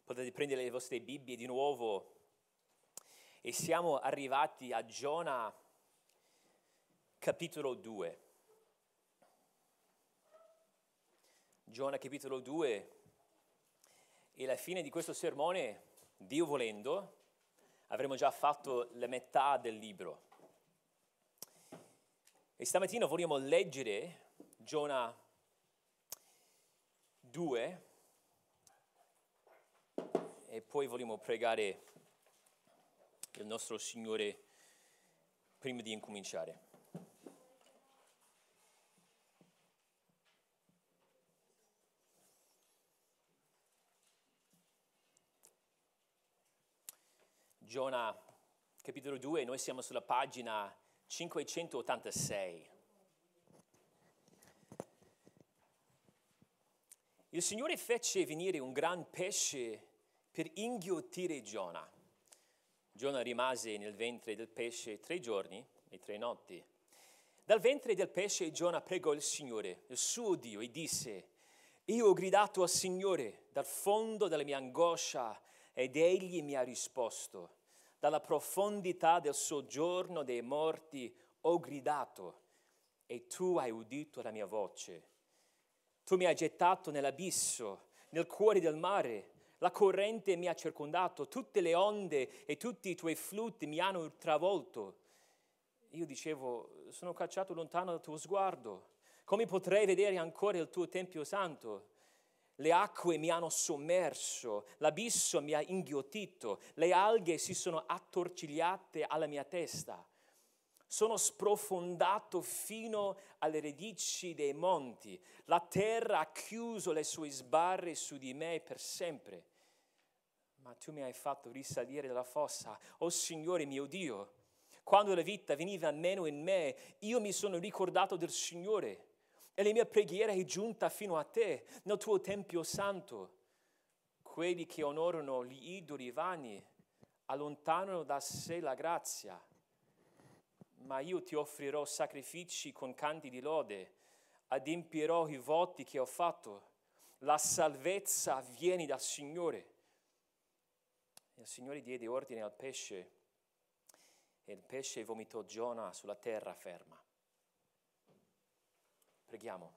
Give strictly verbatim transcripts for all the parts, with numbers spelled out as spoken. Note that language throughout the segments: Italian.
Potete prendere le vostre Bibbie di nuovo e siamo arrivati a Giona capitolo due. Giona capitolo due e alla fine di questo sermone, Dio volendo, avremo già fatto la metà del libro. E stamattina vogliamo leggere Giona due e poi vogliamo pregare il nostro Signore prima di incominciare. Giona capitolo due, noi siamo sulla pagina cinquecentottantasei. Il Signore fece venire un gran pesce per inghiottire Giona. Giona rimase nel ventre del pesce tre giorni e tre notti. Dal ventre del pesce Giona pregò il Signore, il suo Dio, e disse: Io ho gridato al Signore dal fondo della mia angoscia ed Egli mi ha risposto. Dalla profondità del soggiorno dei morti ho gridato e tu hai udito la mia voce. Tu mi hai gettato nell'abisso, nel cuore del mare. La corrente mi ha circondato, tutte le onde e tutti i tuoi flutti mi hanno travolto. Io dicevo, sono cacciato lontano dal tuo sguardo. Come potrei vedere ancora il tuo Tempio Santo? Le acque mi hanno sommerso, l'abisso mi ha inghiottito, le alghe si sono attorcigliate alla mia testa. Sono sprofondato fino alle radici dei monti. La terra ha chiuso le sue sbarre su di me per sempre. Ma tu mi hai fatto risalire dalla fossa, oh Signore mio Dio. Quando la vita veniva meno in me, io mi sono ricordato del Signore. E la mia preghiera è giunta fino a te, nel tuo Tempio Santo. Quelli che onorano gli idoli vani allontanano da sé la grazia. Ma io ti offrirò sacrifici con canti di lode, adempirò i voti che ho fatto. La salvezza viene dal Signore. E il Signore diede ordine al pesce, e il pesce vomitò Giona sulla terra ferma. Preghiamo.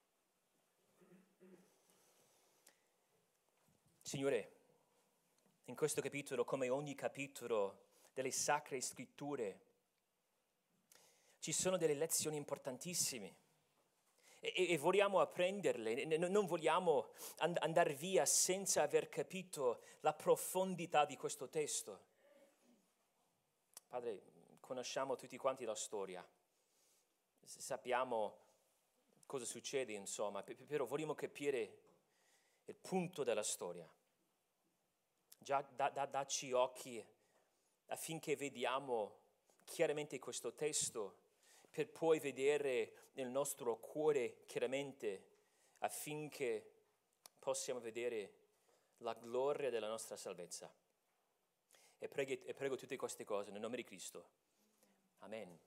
Signore, in questo capitolo, come ogni capitolo delle Sacre Scritture, ci sono delle lezioni importantissime e, e, e vogliamo apprenderle, non vogliamo and- andare via senza aver capito la profondità di questo testo. Padre, conosciamo tutti quanti la storia, sappiamo cosa succede, insomma, però vogliamo capire il punto della storia. Già da, da, dacci occhi affinché vediamo chiaramente questo testo, per poi vedere nel nostro cuore chiaramente, affinché possiamo vedere la gloria della nostra salvezza. E prego, e prego tutte queste cose nel nome di Cristo. Amen.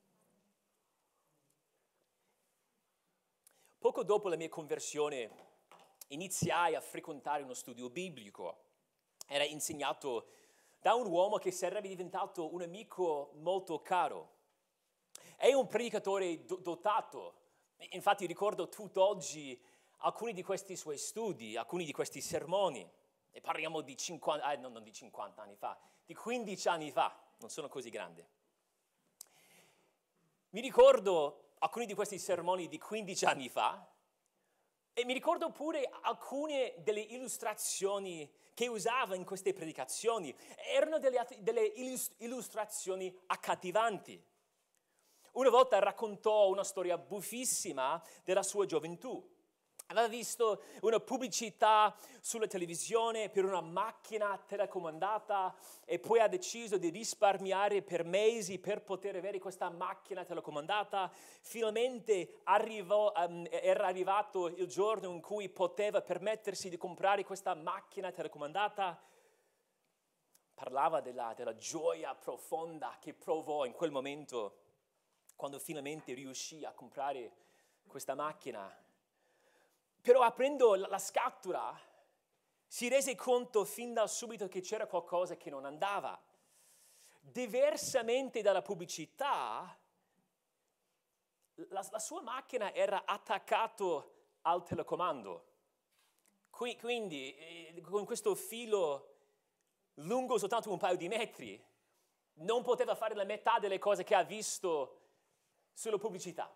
Poco dopo la mia conversione iniziai a frequentare uno studio biblico. Era insegnato da un uomo che sarebbe diventato un amico molto caro. È un predicatore do- dotato. Infatti ricordo tutt'oggi alcuni di questi suoi studi, alcuni di questi sermoni. E parliamo di cinquanta, eh, no, non di cinquanta anni fa, di quindici anni fa. Non sono così grande. Mi ricordo alcuni di questi sermoni di quindici anni fa e mi ricordo pure alcune delle illustrazioni che usava in queste predicazioni. Erano delle, delle illustrazioni accattivanti. Una volta raccontò una storia buffissima della sua gioventù. Aveva visto una pubblicità sulla televisione per una macchina telecomandata e poi ha deciso di risparmiare per mesi per poter avere questa macchina telecomandata. Finalmente arrivò, um, era arrivato il giorno in cui poteva permettersi di comprare questa macchina telecomandata. Parlava della, della gioia profonda che provò in quel momento quando finalmente riuscì a comprare questa macchina. Però aprendo la scatola si rese conto fin da subito che c'era qualcosa che non andava. Diversamente dalla pubblicità, la, la sua macchina era attaccata al telecomando. Qui, quindi, eh, con questo filo lungo soltanto un paio di metri, non poteva fare la metà delle cose che ha visto sulla pubblicità.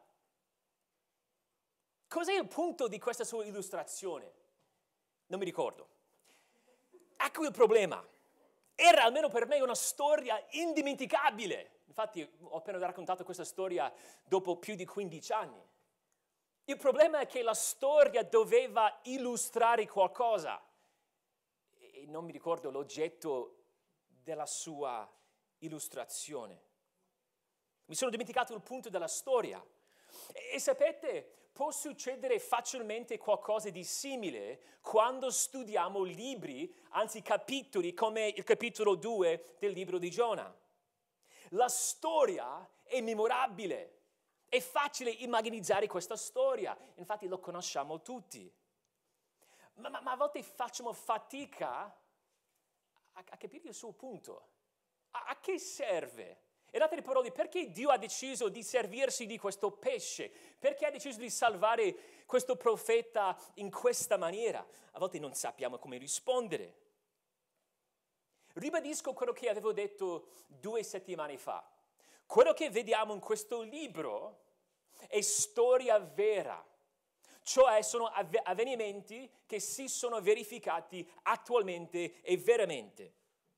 Cos'è il punto di questa sua illustrazione? Non mi ricordo. Ecco il problema. Era almeno per me una storia indimenticabile. Infatti ho appena raccontato questa storia dopo più di quindici anni. Il problema è che la storia doveva illustrare qualcosa. E non mi ricordo l'oggetto della sua illustrazione. Mi sono dimenticato il punto della storia. E, e sapete, può succedere facilmente qualcosa di simile quando studiamo libri, anzi capitoli, come il capitolo due del libro di Giona. La storia è memorabile, è facile immaginizzare questa storia, infatti lo conosciamo tutti. Ma, ma, ma a volte facciamo fatica a, a capire il suo punto. A, a che serve? In altre parole, perché Dio ha deciso di servirsi di questo pesce? Perché ha deciso di salvare questo profeta in questa maniera? A volte non sappiamo come rispondere. Ribadisco quello che avevo detto due settimane fa. Quello che vediamo in questo libro è storia vera, cioè sono avv- avvenimenti che si sono verificati attualmente e veramente.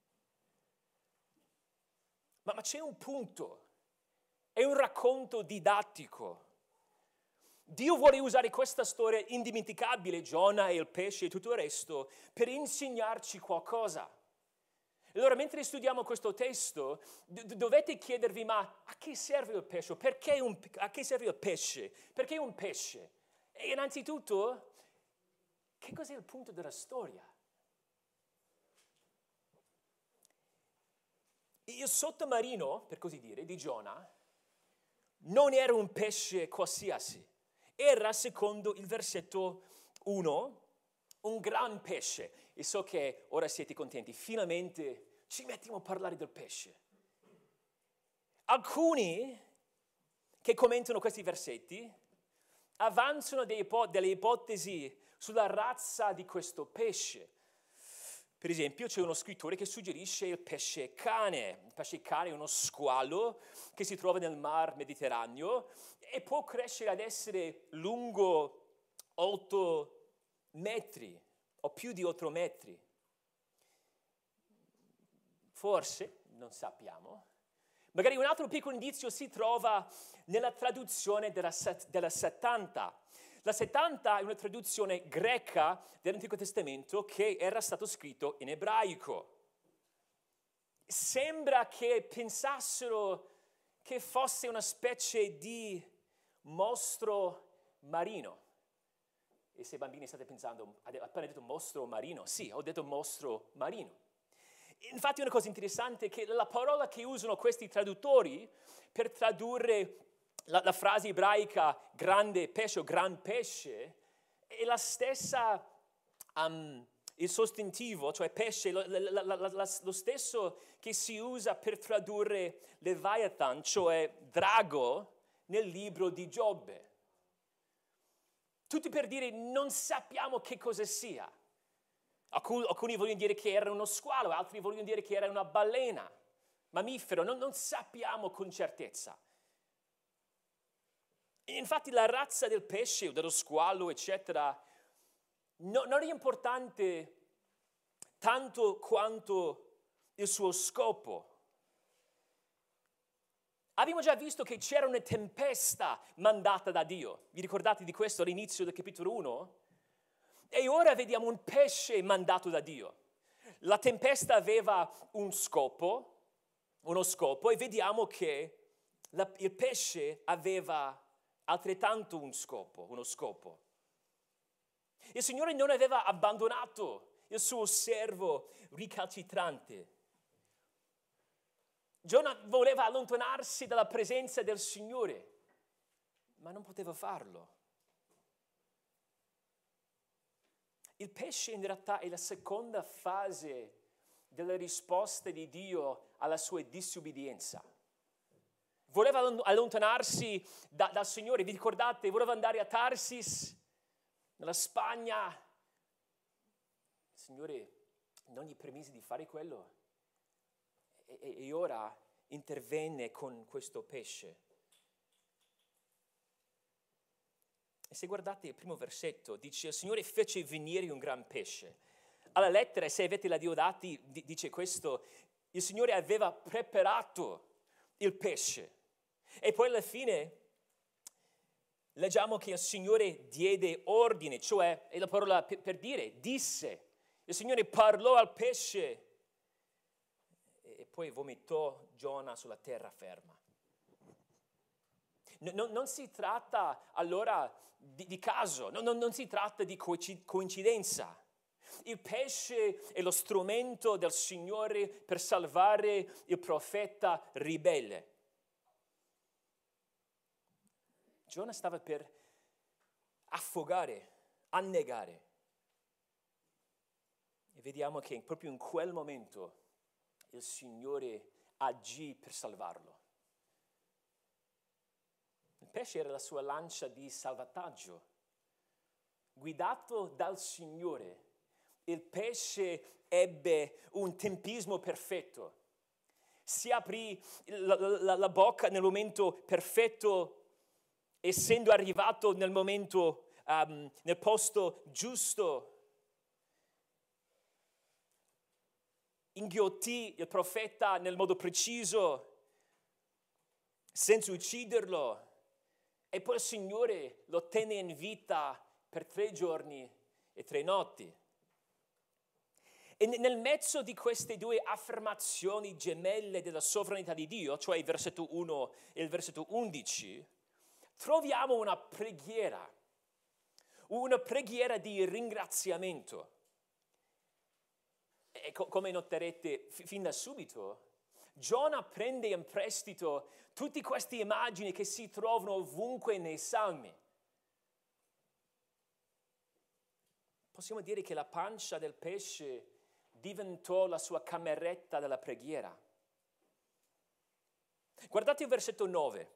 Ma, ma c'è un punto, è un racconto didattico. Dio vuole usare questa storia indimenticabile, Giona e il pesce e tutto il resto, per insegnarci qualcosa. Allora, mentre studiamo questo testo, d- dovete chiedervi, ma a che serve il pesce? Perché un, a che serve il pesce? Perché un pesce? E innanzitutto, che cos'è il punto della storia? Il sottomarino, per così dire, di Giona, non era un pesce qualsiasi. Era, secondo il versetto uno, un gran pesce. E so che ora siete contenti, finalmente ci mettiamo a parlare del pesce. Alcuni che commentano questi versetti avanzano delle, ipo- delle ipotesi sulla razza di questo pesce. Per esempio, c'è uno scrittore che suggerisce il pesce cane. Il pesce cane è uno squalo che si trova nel mar Mediterraneo e può crescere ad essere lungo otto metri o più di otto metri. Forse, non sappiamo. Magari un altro piccolo indizio si trova nella traduzione della, set, della settanta. La settanta è una traduzione greca dell'Antico Testamento che era stato scritto in ebraico. Sembra che pensassero che fosse una specie di mostro marino. E se bambini state pensando, ha appena detto mostro marino? Sì, ho detto mostro marino. Infatti una cosa interessante è che la parola che usano questi traduttori per tradurre la, la frase ebraica grande pesce o gran pesce è la stessa, um, il sostantivo, cioè pesce, lo, la, la, la, lo stesso che si usa per tradurre Leviathan, cioè drago, nel libro di Giobbe. Tutti per dire non sappiamo che cosa sia. Alcuni, alcuni vogliono dire che era uno squalo, altri vogliono dire che era una balena, mammifero, non, non sappiamo con certezza. E infatti la razza del pesce o dello squalo, eccetera, no, non è importante tanto quanto il suo scopo. Abbiamo già visto che c'era una tempesta mandata da Dio. Vi ricordate di questo all'inizio del capitolo uno? E ora vediamo un pesce mandato da Dio. La tempesta aveva un scopo, uno scopo, e vediamo che la, il pesce aveva altrettanto un scopo, uno scopo. Il Signore non aveva abbandonato il suo servo ricalcitrante. Giona voleva allontanarsi dalla presenza del Signore, ma non poteva farlo. il pesce in realtà è la seconda fase della risposta di Dio alla sua disobbedienza. Voleva allontanarsi da, dal Signore, vi ricordate? Voleva andare a Tarsis, nella Spagna. Il Signore non gli permise di fare quello. E, e, e ora intervenne con questo pesce. E se guardate il primo versetto, dice: il Signore fece venire un gran pesce. Alla lettera, se avete la Diodati, dice questo: il Signore aveva preparato il pesce. E poi alla fine leggiamo che il Signore diede ordine, cioè è la parola per, per dire, disse. Il Signore parlò al pesce e poi vomitò Giona sulla terraferma. Non, non si tratta allora di, di caso, non, non, non si tratta di coincidenza. Il pesce è lo strumento del Signore per salvare il profeta ribelle. Giona stava per affogare, annegare. E vediamo che proprio in quel momento il Signore agì per salvarlo. Il pesce era la sua lancia di salvataggio. Guidato dal Signore, il pesce ebbe un tempismo perfetto. Si aprì la, la, la bocca nel momento perfetto, essendo arrivato nel momento, um, nel posto giusto. Inghiottì il profeta nel modo preciso, senza ucciderlo. E poi il Signore lo tenne in vita per tre giorni e tre notti. E nel mezzo di queste due affermazioni gemelle della sovranità di Dio, cioè il versetto uno e il versetto undici, troviamo una preghiera, una preghiera di ringraziamento. E co- come noterete f- fin da subito, Giona prende in prestito tutte queste immagini che si trovano ovunque nei Salmi. Possiamo dire che la pancia del pesce diventò la sua cameretta della preghiera. Guardate il versetto nove.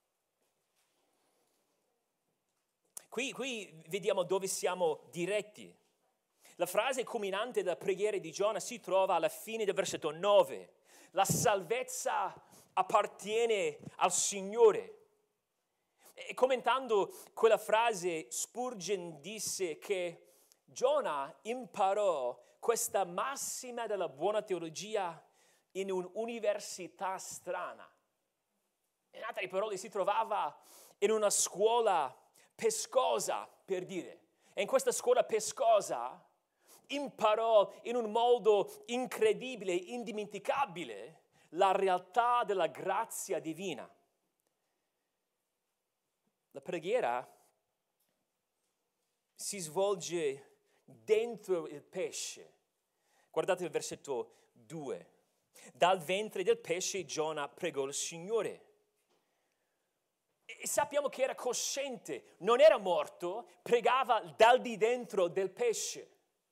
Qui, qui vediamo dove siamo diretti. La frase culminante della preghiera di Giona si trova alla fine del versetto nove. La salvezza appartiene al Signore. E commentando quella frase, Spurgeon disse che Giona imparò questa massima della buona teologia in un'università strana. In altre parole, si trovava in una scuola pescosa, per dire. E in questa scuola pescosa imparò in un modo incredibile, indimenticabile, la realtà della grazia divina. La preghiera si svolge dentro il pesce. Guardate il versetto due. Dal ventre del pesce Giona pregò il Signore. E sappiamo che era cosciente, non era morto, pregava dal di dentro del pesce.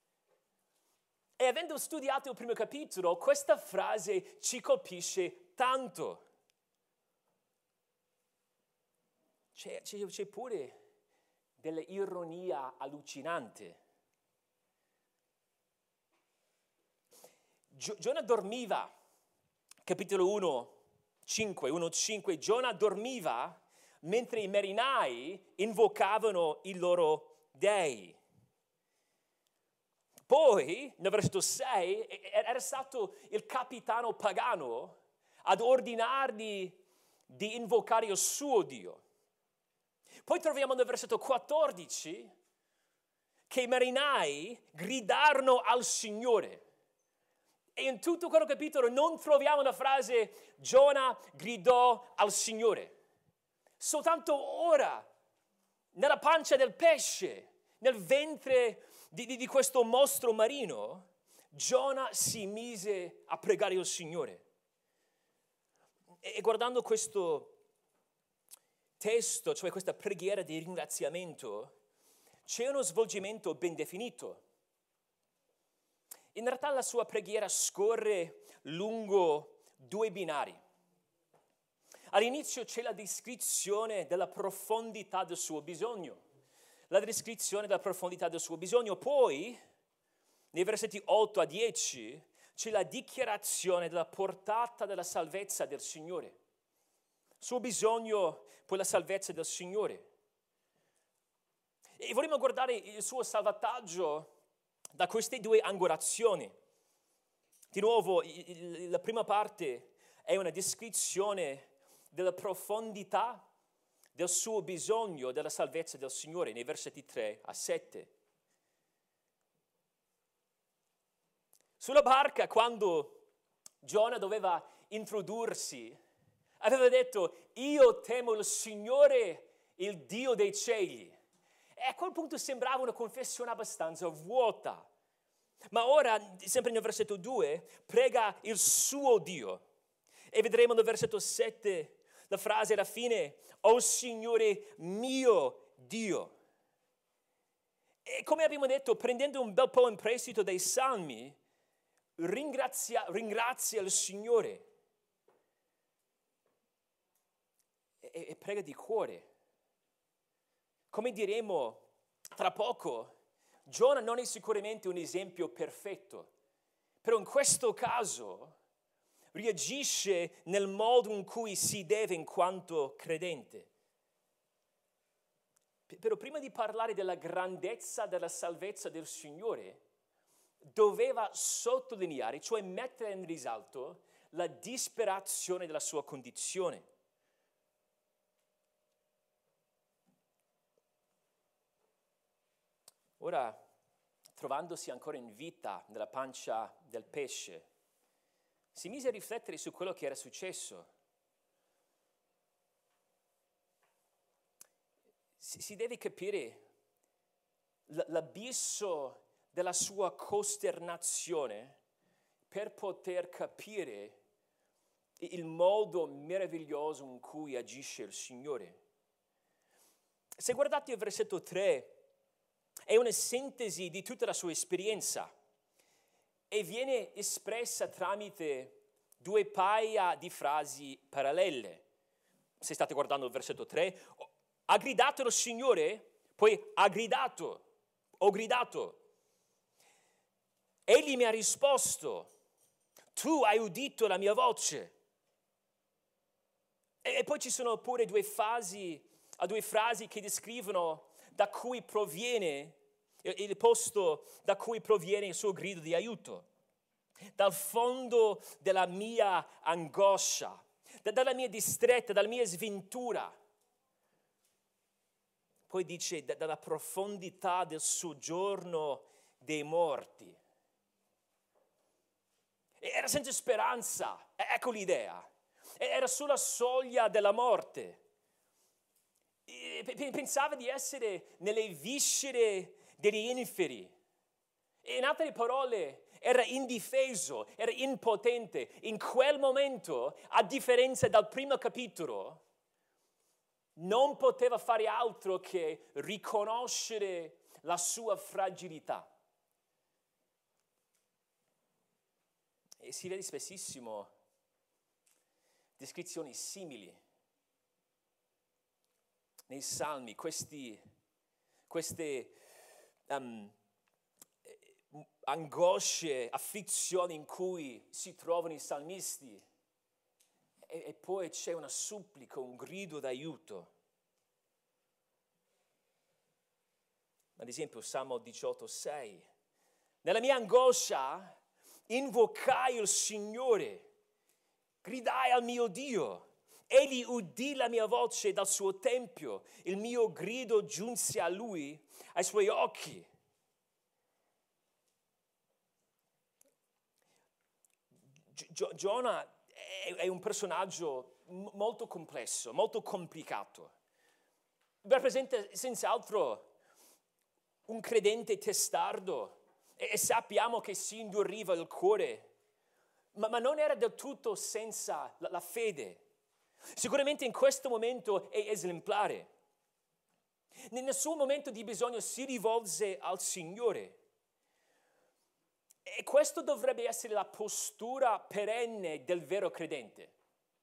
E avendo studiato il primo capitolo, questa frase ci colpisce tanto. C'è, c'è, c'è pure dell'ironia allucinante. Gio, Giona dormiva, capitolo uno, cinque, uno cinque, Giona dormiva mentre i marinai invocavano i loro dei. Poi, nel versetto sei, era stato il capitano pagano ad ordinargli di invocare il suo Dio. Poi troviamo nel versetto quattordici che i marinai gridarono al Signore. E in tutto quello capitolo non troviamo la frase Giona gridò al Signore. Soltanto ora, nella pancia del pesce, nel ventre di, di, di questo mostro marino, Giona si mise a pregare il Signore. E, e guardando questo testo, cioè questa preghiera di ringraziamento, c'è uno svolgimento ben definito. In realtà la sua preghiera scorre lungo due binari. All'inizio c'è la descrizione della profondità del suo bisogno, la descrizione della profondità del suo bisogno, poi nei versetti otto a dieci c'è la dichiarazione della portata della salvezza del Signore. Il suo bisogno, poi la salvezza del Signore. E vorremmo guardare il suo salvataggio da queste due angolazioni. Di nuovo, la prima parte è una descrizione della profondità del suo bisogno della salvezza del Signore, nei versetti tre a sette. Sulla barca, quando Giona doveva introdursi, aveva detto: io temo il Signore, il Dio dei cieli. E a quel punto sembrava una confessione abbastanza vuota. Ma ora, sempre nel versetto due, prega il suo Dio. E vedremo nel versetto sette la frase alla fine: o Signore mio Dio. E come abbiamo detto, prendendo un bel po' in prestito dai Salmi, ringrazia, ringrazia il Signore e, e prega di cuore. Come diremo tra poco, Giona non è sicuramente un esempio perfetto, però in questo caso reagisce nel modo in cui si deve in quanto credente. Però prima di parlare della grandezza della salvezza del Signore, doveva sottolineare, cioè mettere in risalto, la disperazione della sua condizione. Ora, trovandosi ancora in vita nella pancia del pesce, si mise a riflettere su quello che era successo. Si, si deve capire l'abisso della sua costernazione per poter capire il modo meraviglioso in cui agisce il Signore. Se guardate il versetto tre, è una sintesi di tutta la sua esperienza e viene espressa tramite due paia di frasi parallele. Se state guardando il versetto tre, ha gridato il Signore, poi ha gridato, ho gridato. Egli mi ha risposto, tu hai udito la mia voce. E, e poi ci sono pure due fasi, due frasi che descrivono da cui proviene il posto da cui proviene il suo grido di aiuto. Dal fondo della mia angoscia, dalla mia distretta, dalla mia sventura. Poi dice dalla profondità del soggiorno dei morti. Era senza speranza, ecco l'idea. Era sulla soglia della morte. Pensava di essere nelle viscere degli inferi. In altre parole, era indifeso, era impotente. In quel momento, a differenza dal primo capitolo, non poteva fare altro che riconoscere la sua fragilità. E si vede spessissimo descrizioni simili nei Salmi, questi, queste um, angosce, afflizioni in cui si trovano i salmisti e, e poi c'è una supplica, un grido d'aiuto. Ad esempio Salmo diciotto sei. Nella mia angoscia invocai il Signore, gridai al mio Dio. Egli udì la mia voce dal suo tempio, il mio grido giunse a lui, ai suoi occhi. Gio- Giona è, è un personaggio m- molto complesso, molto complicato. Rappresenta senz'altro un credente testardo e, e sappiamo che si induriva il cuore, ma, ma non era del tutto senza la, la fede. Sicuramente in questo momento è esemplare. Nel suo momento di bisogno si rivolse al Signore. E questo dovrebbe essere la postura perenne del vero credente.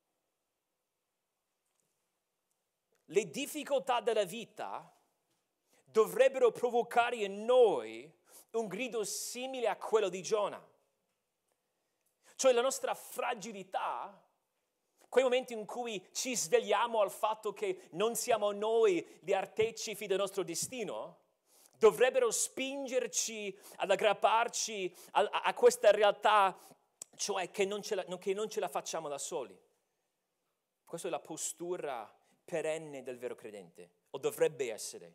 Le difficoltà della vita dovrebbero provocare in noi un grido simile a quello di Giona. Cioè la nostra fragilità, quei momenti in cui ci svegliamo al fatto che non siamo noi gli artefici del nostro destino, dovrebbero spingerci ad aggrapparci a, a, a questa realtà, cioè che non, ce la, che non ce la facciamo da soli. Questa è la postura perenne del vero credente, o dovrebbe essere.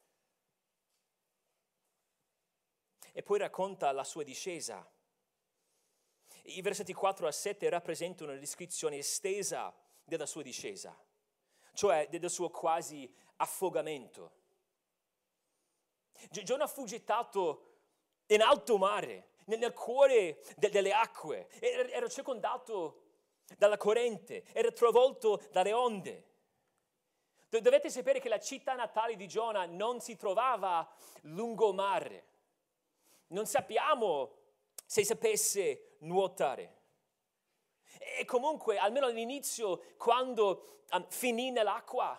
E poi racconta la sua discesa. I versetti quattro a sette rappresentano una descrizione estesa della sua discesa, cioè del suo quasi affogamento. Giona fu gettato in alto mare, nel cuore delle acque, era circondato dalla corrente, era travolto dalle onde. Dovete sapere che la città natale di Giona non si trovava lungomare. Non sappiamo se sapesse nuotare. E comunque, almeno all'inizio, quando um, finì nell'acqua,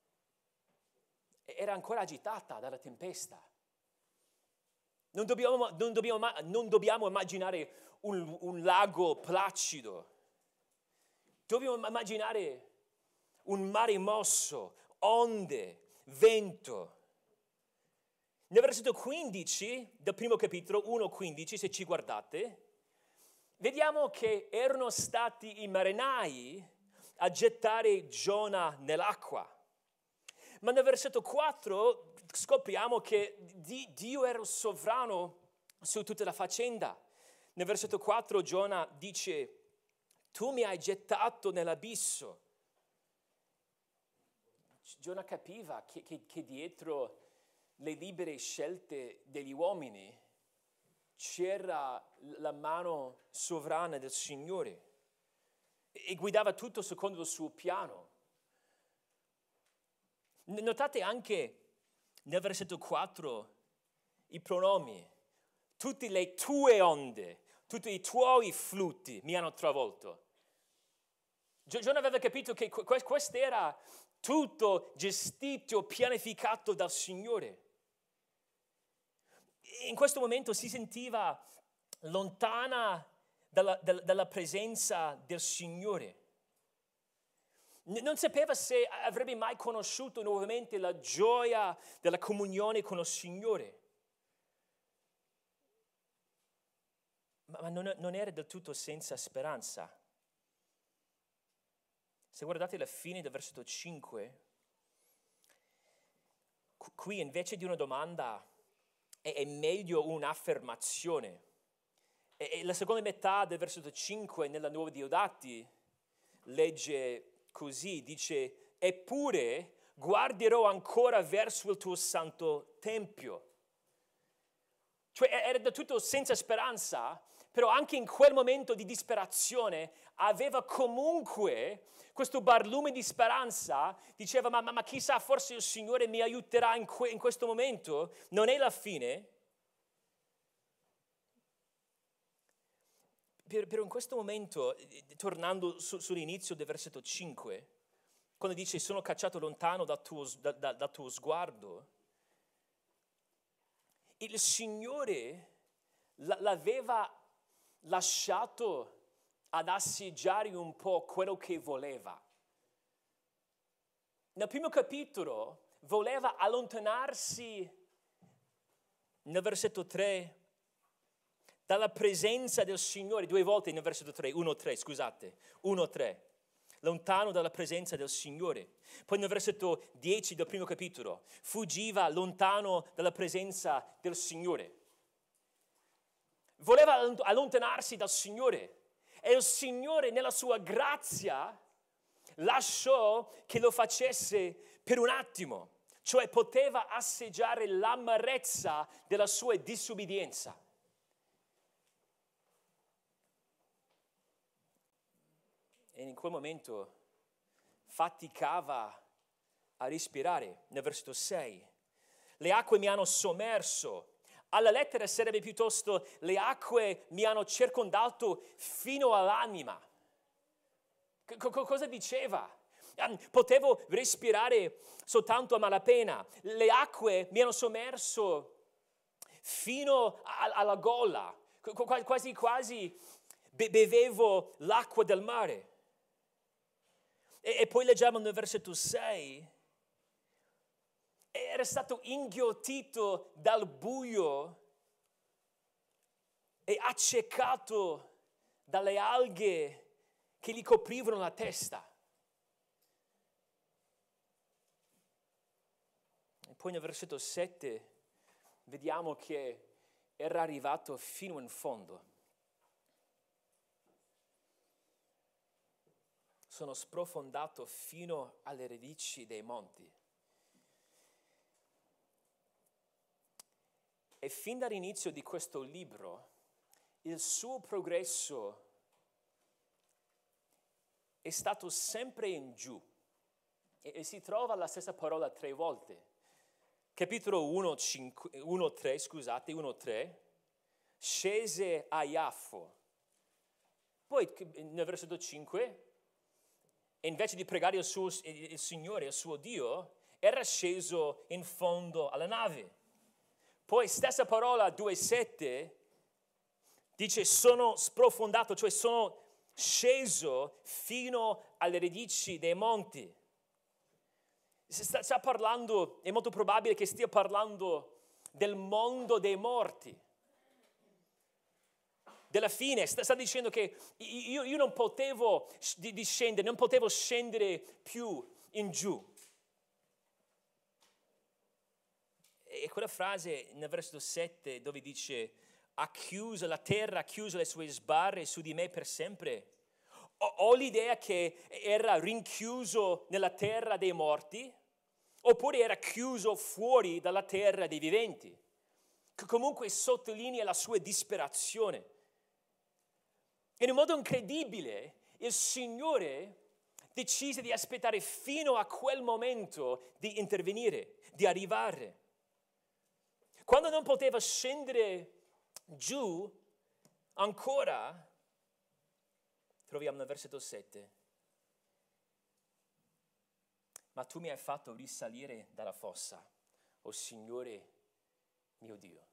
era ancora agitata dalla tempesta. Non dobbiamo, non dobbiamo, non dobbiamo immaginare un, un lago placido. Dobbiamo immaginare un mare mosso, onde, vento. Nel versetto quindici del primo capitolo, uno quindici, se ci guardate, vediamo che erano stati i marinai a gettare Giona nell'acqua. Ma nel versetto quattro scopriamo che Dio era sovrano su tutta la faccenda. Nel versetto quattro Giona dice: tu mi hai gettato nell'abisso. Giona capiva che, che, che dietro le libere scelte degli uomini c'era la mano sovrana del Signore e guidava tutto secondo il suo piano. Notate anche nel versetto quattro i pronomi. Tutte le tue onde, tutti i tuoi flutti mi hanno travolto. Giona aveva capito che questo era tutto gestito, pianificato dal Signore. In questo momento si sentiva lontana dalla, dalla, dalla presenza del Signore. Non sapeva se avrebbe mai conosciuto nuovamente la gioia della comunione con il Signore. Ma non, non era del tutto senza speranza. Se guardate la fine del versetto cinque, qui invece di una domanda è, è meglio un'affermazione. E, e la seconda metà del versetto cinque nella Nuova Diodati legge così, dice: eppure guarderò ancora verso il tuo santo tempio. Cioè era del tutto senza speranza, però anche in quel momento di disperazione aveva comunque questo barlume di speranza. Diceva: ma, ma, ma chissà, forse il Signore mi aiuterà in, que, in questo momento, non è la fine. Però in questo momento, tornando su, sull'inizio del versetto cinque, quando dice: sono cacciato lontano dal tuo, da, da, dal tuo sguardo, il Signore l'aveva lasciato ad assaggiare un po' quello che voleva. Nel primo capitolo voleva allontanarsi, nel versetto tre, dalla presenza del Signore, due volte nel versetto tre, uno tre, scusate, uno tre, lontano dalla presenza del Signore. Poi nel versetto dieci del primo capitolo, fuggiva lontano dalla presenza del Signore. Voleva allontanarsi dal Signore e il Signore nella sua grazia lasciò che lo facesse per un attimo, cioè poteva assaggiare l'amarezza della sua disobbedienza. E in quel momento faticava a respirare. Nel versetto sei, le acque mi hanno sommerso, Alla lettera sarebbe piuttosto: le acque mi hanno circondato fino all'anima. C- co- cosa diceva? Potevo respirare soltanto a malapena. Le acque mi hanno sommerso fino a- alla gola. Qu- quasi quasi be- bevevo l'acqua del mare. E, e poi leggiamo nel versetto sei: era stato inghiottito dal buio e accecato dalle alghe che gli coprivano la testa. E poi nel versetto sette vediamo che era arrivato fino in fondo. Sono sprofondato fino alle radici dei monti. E fin dall'inizio di questo libro, il suo progresso è stato sempre in giù. E, e si trova la stessa parola tre volte. Capitolo uno, tre, scusate, uno tre, scese a Iaffo. Poi nel versetto cinque, invece di pregare il, suo, il Signore, il suo Dio, era sceso in fondo alla nave. Poi stessa parola, due sette, dice sono sprofondato, cioè sono sceso fino alle radici dei monti. Sta, sta parlando, è molto probabile che stia parlando del mondo dei morti, della fine. Sta, sta dicendo che io, io non potevo discendere, non potevo scendere più in giù. E quella frase nel versetto sette dove dice ha chiuso la terra, ha chiuso le sue sbarre su di me per sempre. Ho, ho l'idea che era rinchiuso nella terra dei morti, oppure era chiuso fuori dalla terra dei viventi. Che comunque sottolinea la sua disperazione. In un modo incredibile, il Signore decise di aspettare fino a quel momento di intervenire, di arrivare. Quando non poteva scendere giù, ancora, troviamo nel versetto sette. Ma tu mi hai fatto risalire dalla fossa, o Signore mio Dio.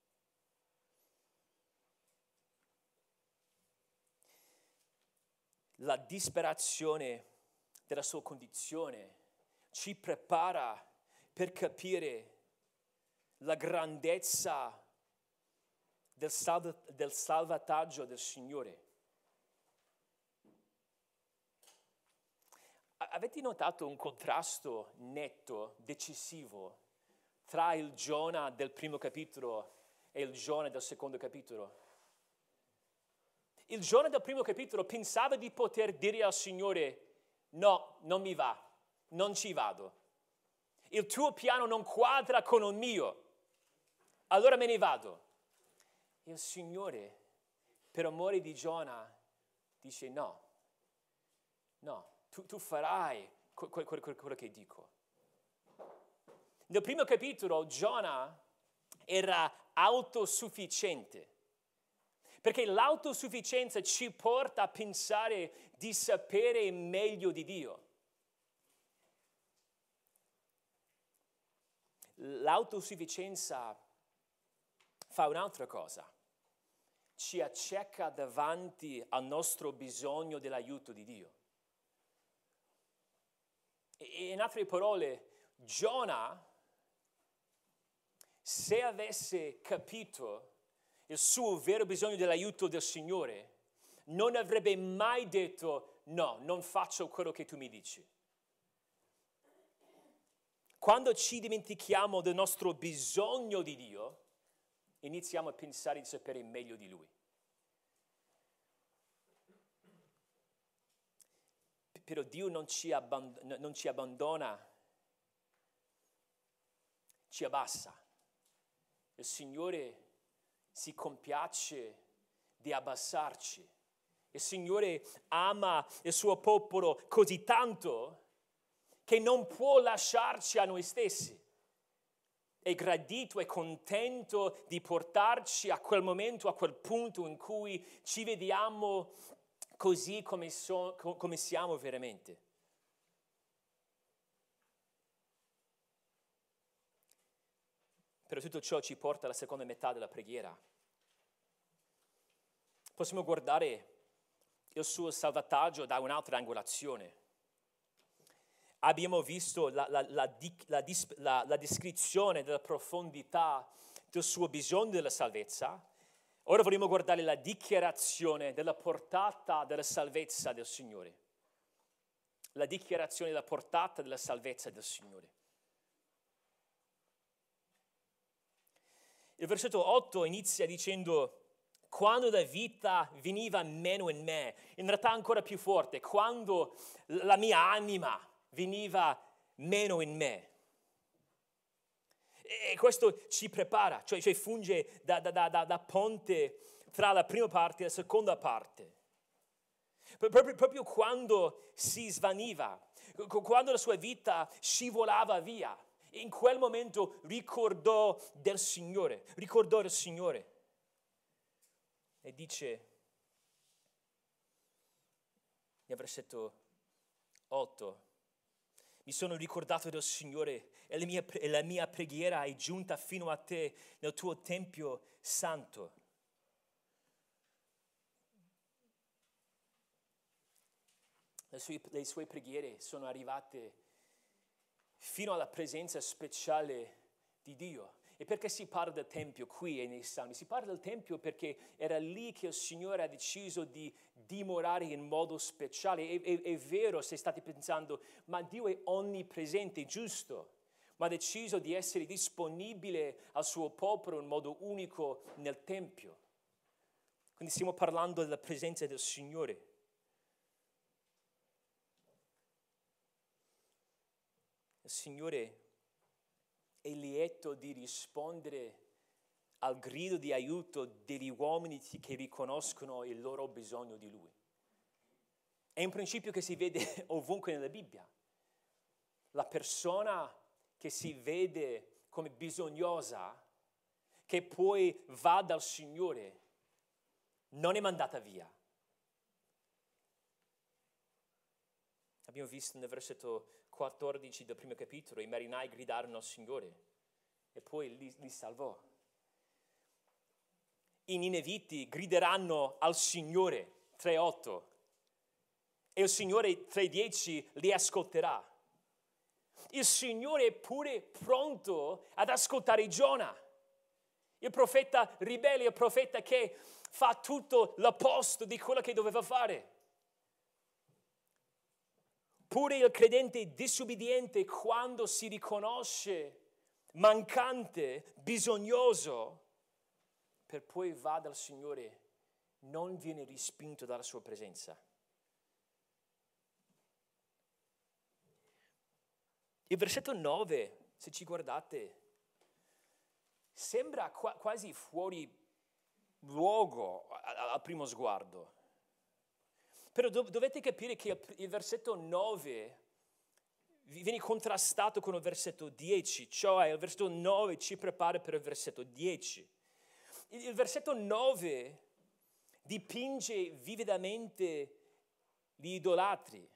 La disperazione della sua condizione ci prepara per capire la grandezza del, salv- del salvataggio del Signore. Avete notato un contrasto netto, decisivo, tra il Giona del primo capitolo e il Giona del secondo capitolo? Il Giona del primo capitolo pensava di poter dire al Signore: no, non mi va, non ci vado. Il tuo piano non quadra con il mio, allora me ne vado. Il Signore, per amore di Giona, dice: no, no, tu, tu farai quello que- que- que- che dico. Nel primo capitolo Giona era autosufficiente, perché l'autosufficienza ci porta a pensare di sapere meglio di Dio. L'autosufficienza fa un'altra cosa. Ci acceca davanti al nostro bisogno dell'aiuto di Dio. E in altre parole, Giona, se avesse capito il suo vero bisogno dell'aiuto del Signore, non avrebbe mai detto: no, non faccio quello che tu mi dici. Quando ci dimentichiamo del nostro bisogno di Dio, iniziamo a pensare di sapere meglio di Lui. Però Dio non ci, abband- non ci abbandona, ci abbassa. Il Signore si compiace di abbassarci. Il Signore ama il suo popolo così tanto che non può lasciarci a noi stessi. è gradito, è contento di portarci a quel momento, a quel punto in cui ci vediamo così come, so, come siamo veramente. Però tutto ciò ci porta alla seconda metà della preghiera. Possiamo guardare il suo salvataggio da un'altra angolazione. Abbiamo visto la, la, la, la, la, la descrizione della profondità del suo bisogno della salvezza. Ora vogliamo guardare la dichiarazione della portata della salvezza del Signore. La dichiarazione della portata della salvezza del Signore. Il versetto otto inizia dicendo: quando la vita veniva meno in me, in realtà ancora più forte, quando la mia anima veniva meno in me. E questo ci prepara, cioè, cioè funge da, da, da, da ponte tra la prima parte e la seconda parte. Proprio, proprio quando si svaniva, quando la sua vita scivolava via, in quel momento ricordò del Signore, ricordò del Signore. E dice nel versetto otto: mi sono ricordato del Signore e la, mia, e la mia preghiera è giunta fino a te nel tuo Tempio santo. Le sue, le sue preghiere sono arrivate fino alla presenza speciale di Dio. E perché si parla del Tempio qui e nei Salmi? Si parla del Tempio perché era lì che il Signore ha deciso di dimorare in modo speciale. È, è, è vero se state pensando, ma Dio è onnipresente, giusto? Ma ha deciso di essere disponibile al suo popolo in modo unico nel Tempio. Quindi stiamo parlando della presenza del Signore. Il Signore è lieto di rispondere al grido di aiuto degli uomini che riconoscono il loro bisogno di Lui. È un principio che si vede ovunque nella Bibbia. La persona che si vede come bisognosa, che poi va dal Signore, non è mandata via. Abbiamo visto nel versetto quattordici del primo capitolo, i marinai gridarono al Signore e poi li, li salvò. I nineviti grideranno al Signore, tre otto, e il Signore, tre dieci, li ascolterà. Il Signore è pure pronto ad ascoltare Giona, il profeta ribelle, il profeta che fa tutto l'opposto di quello che doveva fare. Pure il credente disobbediente, quando si riconosce mancante, bisognoso, per poi va dal Signore, non viene respinto dalla sua presenza. Il versetto nove, se ci guardate, sembra qua- quasi fuori luogo al primo sguardo. Però dov- dovete capire che il, il versetto nove viene contrastato con il versetto dieci, cioè il versetto nove ci prepara per il versetto dieci. Il, il versetto nove dipinge vividamente gli idolatri.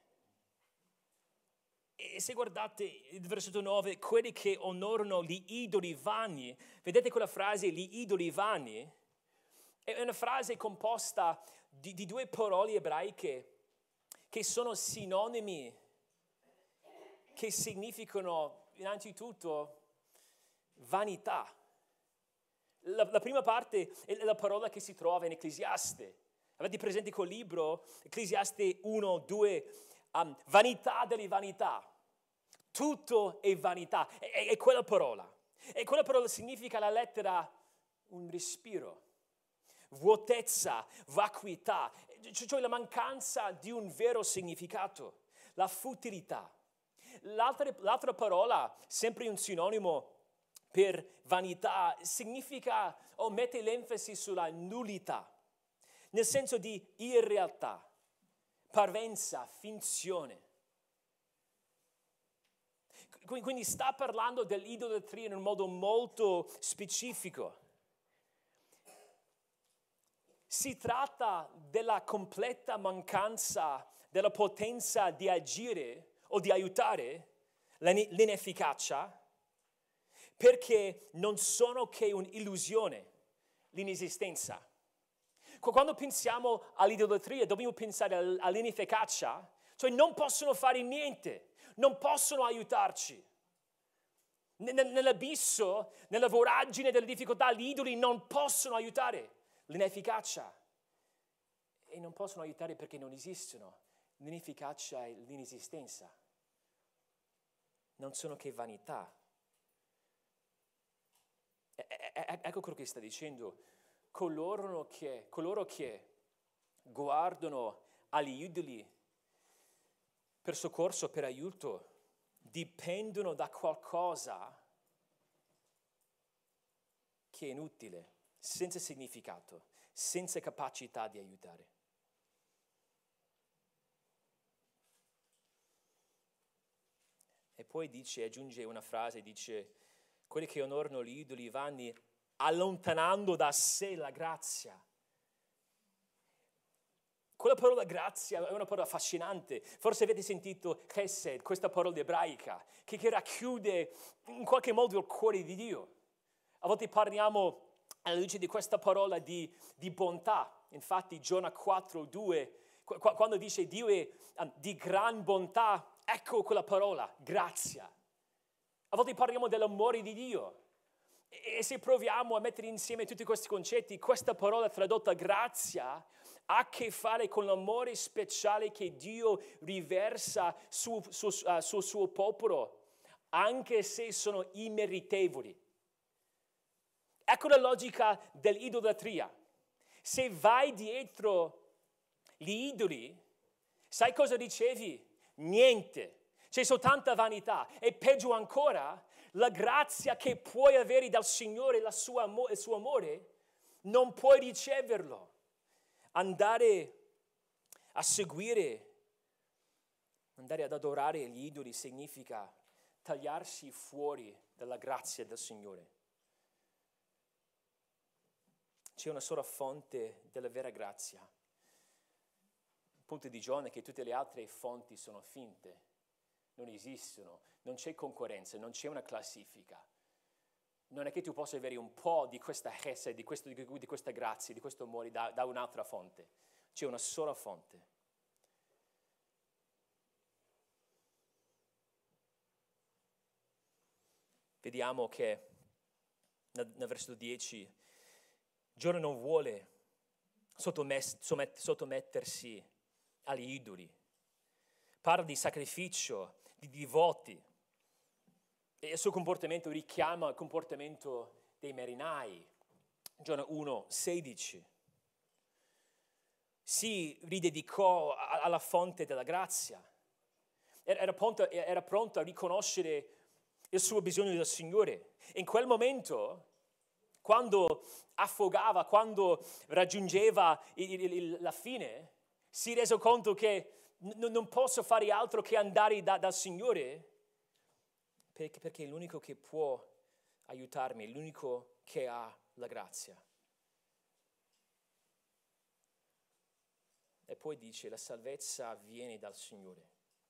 E se guardate il versetto nove, quelli che onorano gli idoli vani, vedete quella frase, gli idoli vani? È una frase composta di, di due parole ebraiche che sono sinonimi, che significano innanzitutto vanità. La, la prima parte è la parola che si trova in Ecclesiaste. Avete presente quel libro? Ecclesiaste uno, due, um, vanità delle vanità. Tutto è vanità, è, è, è quella parola. E quella parola significa la lettera un respiro. Vuotezza, vacuità, cioè la mancanza di un vero significato, la futilità. L'altra, l'altra parola, sempre un sinonimo per vanità, significa o mette l'enfasi sulla nullità, nel senso di irrealtà, parvenza, finzione. Quindi sta parlando dell'idolatria in un modo molto specifico. Si tratta della completa mancanza della potenza di agire o di aiutare, l'inefficacia, perché non sono che un'illusione, l'inesistenza. Quando pensiamo all'idolatria dobbiamo pensare all'inefficacia, cioè non possono fare niente, non possono aiutarci. Nell'abisso, nella voragine delle difficoltà, gli idoli non possono aiutare. L'inefficacia. E non possono aiutare perché non esistono. L'inefficacia e l'inesistenza. Non sono che vanità. E, e, ecco quello che sta dicendo. Coloro che, coloro che guardano agli idoli per soccorso, per aiuto, dipendono da qualcosa che è inutile, senza significato, senza capacità di aiutare. E poi dice, aggiunge una frase, dice, quelli che onorano gli idoli vanno allontanando da sé la grazia. Quella parola grazia è una parola affascinante. Forse avete sentito chesed, questa parola ebraica, che, che racchiude in qualche modo il cuore di Dio. A volte parliamo alla luce di questa parola di, di bontà. Infatti Giona quattro due, qu- quando dice Dio è um, di gran bontà, ecco quella parola, grazia. A volte parliamo dell'amore di Dio. E, e se proviamo a mettere insieme tutti questi concetti, questa parola tradotta grazia ha a che fare con l'amore speciale che Dio riversa sul su, uh, su suo popolo, anche se sono immeritevoli. Ecco la logica dell'idolatria. Se vai dietro gli idoli, sai cosa ricevi? Niente. C'è soltanto vanità. E peggio ancora, la grazia che puoi avere dal Signore, la sua, il suo amore, non puoi riceverlo. Andare a seguire, andare ad adorare gli idoli significa tagliarsi fuori dalla grazia del Signore. C'è una sola fonte della vera grazia. Il punto di Giona è che tutte le altre fonti sono finte, non esistono, non c'è concorrenza, non c'è una classifica. Non è che tu possa avere un po' di questa chesed, di, questo, di questa grazia, di questo amore da, da un'altra fonte. C'è una sola fonte. Vediamo che nel, nel versetto dieci, Giona non vuole sottomettersi agli idoli. Parla di sacrificio, di divoti. E il suo comportamento richiama il comportamento dei marinai. Giona uno sedici. Si ridedicò alla fonte della grazia. Era pronto, era pronto a riconoscere il suo bisogno del Signore. In quel momento, quando affogava, quando raggiungeva il, il, la fine, si rese conto che n- non posso fare altro che andare da, dal Signore, perché, perché è l'unico che può aiutarmi, è l'unico che ha la grazia. E poi dice, la salvezza viene dal Signore.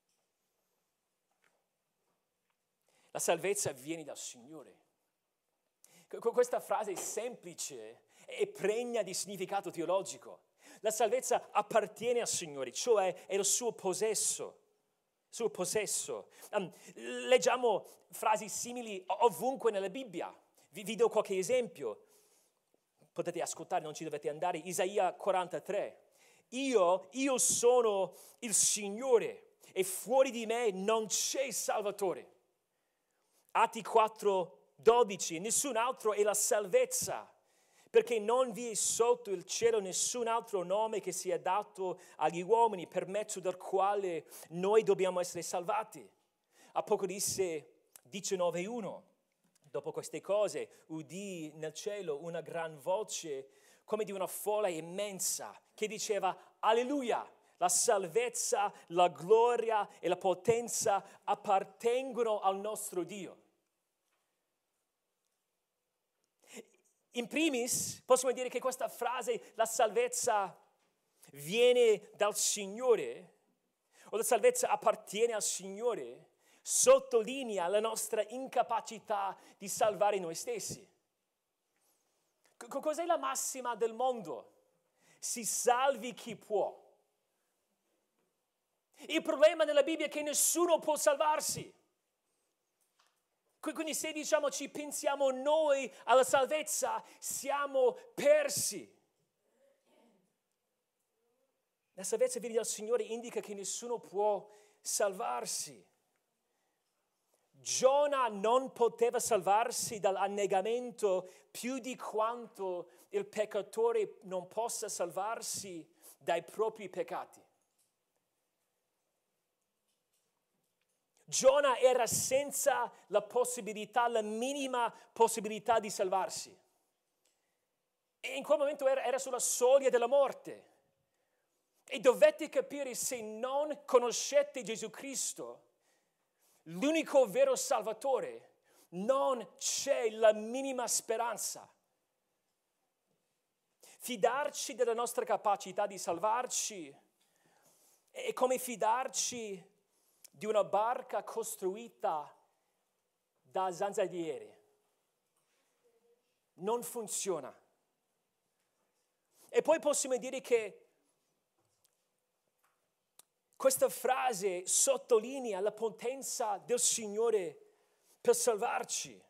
La salvezza viene dal Signore. Questa frase è semplice e pregna di significato teologico. La salvezza appartiene al Signore, cioè è il suo possesso. Suo possesso. Um, leggiamo frasi simili ovunque nella Bibbia. Vi, vi do qualche esempio. Potete ascoltare, non ci dovete andare. Isaia quarantatré. Io, io sono il Signore e fuori di me non c'è Salvatore. Atti quattro dodici. Nessun altro è la salvezza, perché non vi è sotto il cielo nessun altro nome che sia dato agli uomini per mezzo del quale noi dobbiamo essere salvati. Apocalisse diciannove uno. Dopo queste cose udì nel cielo una gran voce come di una folla immensa che diceva: Alleluia, la salvezza, la gloria e la potenza appartengono al nostro Dio. In primis, possiamo dire che questa frase, la salvezza viene dal Signore, o la salvezza appartiene al Signore, sottolinea la nostra incapacità di salvare noi stessi. C- cos'è la massima del mondo? Si salvi chi può. Il problema nella Bibbia è che nessuno può salvarsi. Quindi se diciamo ci pensiamo noi alla salvezza, siamo persi. La salvezza viene dal Signore indica che nessuno può salvarsi. Giona non poteva salvarsi dall'annegamento più di quanto il peccatore non possa salvarsi dai propri peccati. Giona era senza la possibilità, la minima possibilità di salvarsi. E in quel momento era, era sulla soglia della morte. E dovete capire, se non conoscete Gesù Cristo, l'unico vero Salvatore, non c'è la minima speranza. Fidarci della nostra capacità di salvarci è come fidarci di una barca costruita da zanzariere. Non funziona. E poi possiamo dire che questa frase sottolinea la potenza del Signore per salvarci.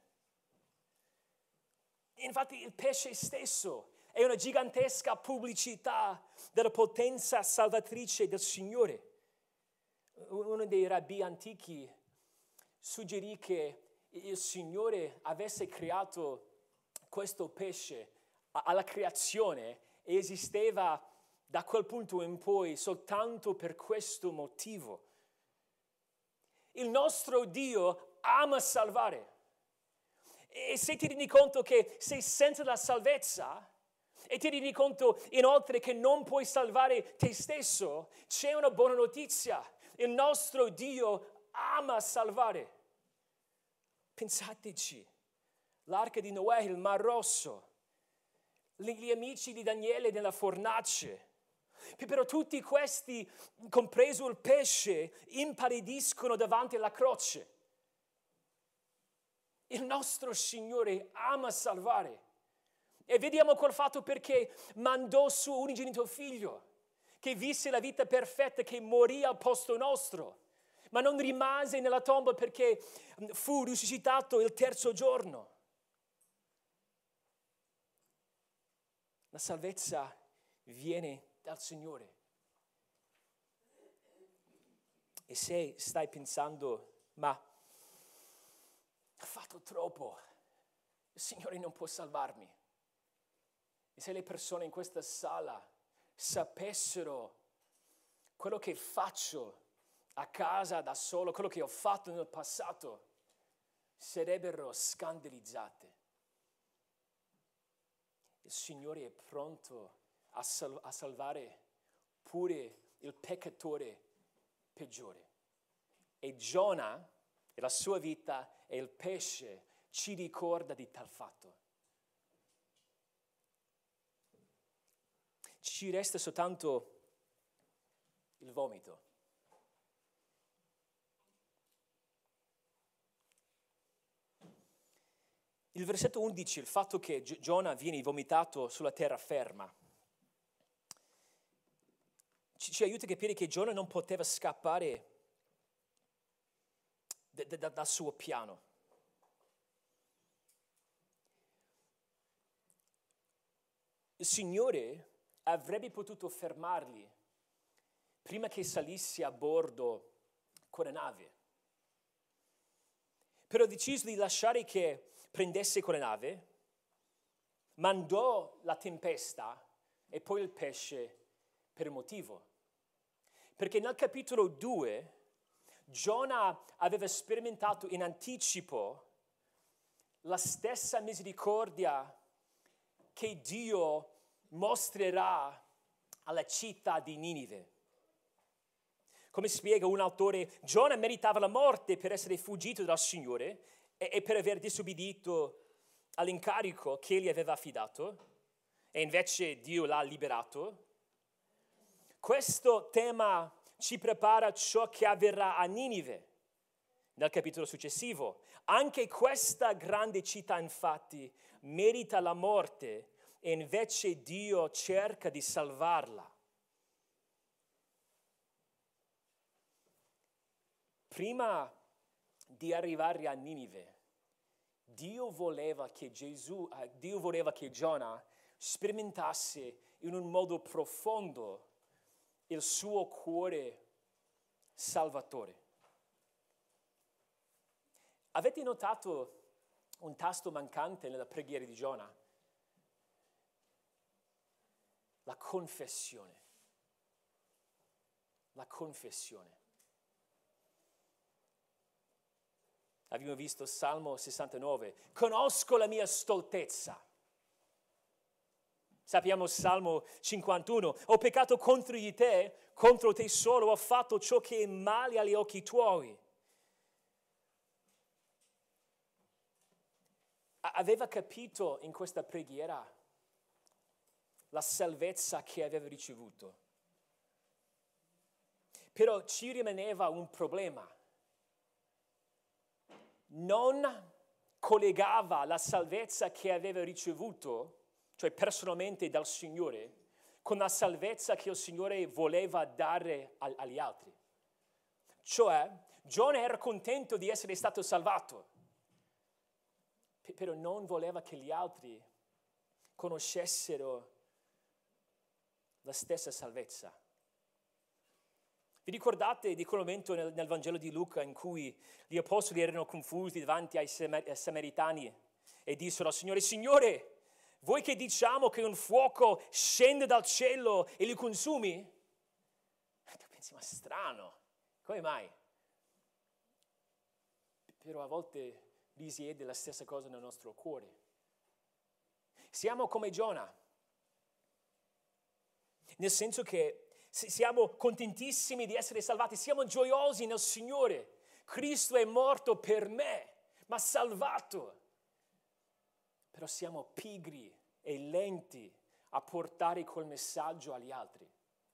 Infatti il pesce stesso è una gigantesca pubblicità della potenza salvatrice del Signore. Uno dei rabbi antichi suggerì che il Signore avesse creato questo pesce alla creazione e esisteva da quel punto in poi soltanto per questo motivo. Il nostro Dio ama salvare. E se ti rendi conto che sei senza la salvezza e ti rendi conto inoltre che non puoi salvare te stesso, c'è una buona notizia. Il nostro Dio ama salvare. Pensateci, l'arca di Noè, il Mar Rosso, gli amici di Daniele nella fornace. Però tutti questi, compreso il pesce, impallidiscono davanti alla croce. Il nostro Signore ama salvare. E vediamo quel fatto perché mandò suo unigenito figlio, che visse la vita perfetta, che morì al posto nostro, ma non rimase nella tomba perché fu risuscitato il terzo giorno. La salvezza viene dal Signore. E se stai pensando, ma ho fatto troppo, il Signore non può salvarmi. E se le persone in questa sala sapessero quello che faccio a casa da solo, quello che ho fatto nel passato, sarebbero scandalizzate. Il Signore è pronto a, sal- a salvare pure il peccatore peggiore. E Giona e la sua vita e il pesce ci ricorda di tal fatto. Ci resta soltanto il vomito. Il versetto undici, il fatto che Giona viene vomitato sulla terraferma, ci, ci aiuta a capire che Giona non poteva scappare da, da, dal suo piano. Il Signore avrebbe potuto fermarli prima che salisse a bordo quella nave. Però ha deciso di lasciare che prendesse quella nave, mandò la tempesta e poi il pesce per un motivo. Perché nel capitolo due Giona aveva sperimentato in anticipo la stessa misericordia che Dio mostrerà alla città di Ninive. Come spiega un autore, Giona meritava la morte per essere fuggito dal Signore e, e per aver disobbedito all'incarico che egli aveva affidato, e invece Dio l'ha liberato. Questo tema ci prepara ciò che avverrà a Ninive nel capitolo successivo. Anche questa grande città, infatti, merita la morte e invece Dio cerca di salvarla. Prima di arrivare a Ninive, Dio voleva che Gesù, eh, Dio voleva che Giona sperimentasse in un modo profondo il suo cuore salvatore. Avete notato un tasto mancante nella preghiera di Giona? La confessione. La confessione. Abbiamo visto Salmo sessantanove. Conosco la mia stoltezza. Sappiamo Salmo cinquantuno. Ho peccato contro di te, contro te solo, ho fatto ciò che è male agli occhi tuoi. Aveva capito in questa preghiera la salvezza che aveva ricevuto. Però ci rimaneva un problema. Non collegava la salvezza che aveva ricevuto, cioè personalmente dal Signore, con la salvezza che il Signore voleva dare agli altri. Cioè, Giona era contento di essere stato salvato, però non voleva che gli altri conoscessero la stessa salvezza. Vi ricordate di quel momento nel, nel Vangelo di Luca in cui gli apostoli erano confusi davanti ai, Samer- ai Samaritani e dissero al Signore, Signore, vuoi che diciamo che un fuoco scende dal cielo e li consumi? E tu pensi, ma strano, come mai? Però a volte risiede la stessa cosa nel nostro cuore. Siamo come Giona, nel senso che siamo contentissimi di essere salvati, siamo gioiosi nel Signore. Cristo è morto per me, ma salvato. Però siamo pigri e lenti a portare quel messaggio agli altri.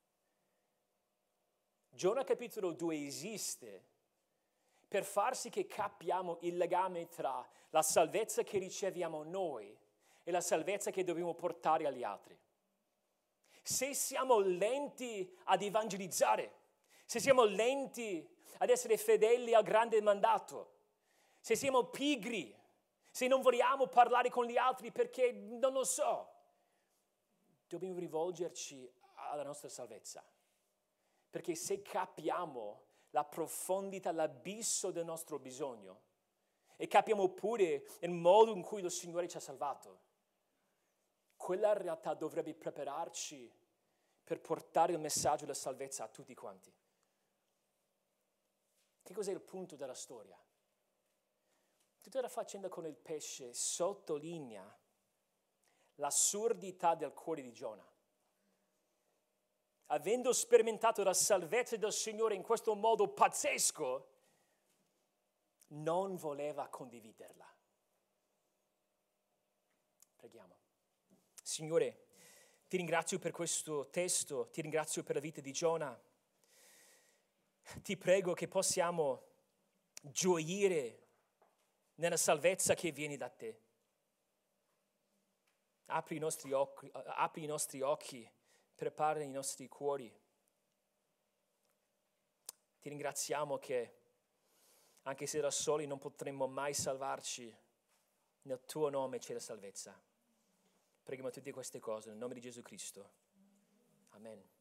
Giona capitolo due esiste per far sì che capiamo il legame tra la salvezza che riceviamo noi e la salvezza che dobbiamo portare agli altri. Se siamo lenti ad evangelizzare, se siamo lenti ad essere fedeli al grande mandato, se siamo pigri, se non vogliamo parlare con gli altri perché non lo so, dobbiamo rivolgerci alla nostra salvezza. Perché se capiamo la profondità, l'abisso del nostro bisogno e capiamo pure il modo in cui il Signore ci ha salvato, quella realtà dovrebbe prepararci per portare il messaggio della salvezza a tutti quanti. Che cos'è il punto della storia? Tutta la faccenda con il pesce sottolinea l'assurdità del cuore di Giona. Avendo sperimentato la salvezza del Signore in questo modo pazzesco, non voleva condividerla. Preghiamo. Signore, ti ringrazio per questo testo, ti ringrazio per la vita di Giona. Ti prego che possiamo gioire nella salvezza che viene da te. Apri i nostri occhi, apri i nostri occhi, prepara i nostri cuori. Ti ringraziamo che, anche se da soli non potremmo mai salvarci, nel tuo nome c'è la salvezza. Preghiamo tutte queste cose nel nome di Gesù Cristo. Amen.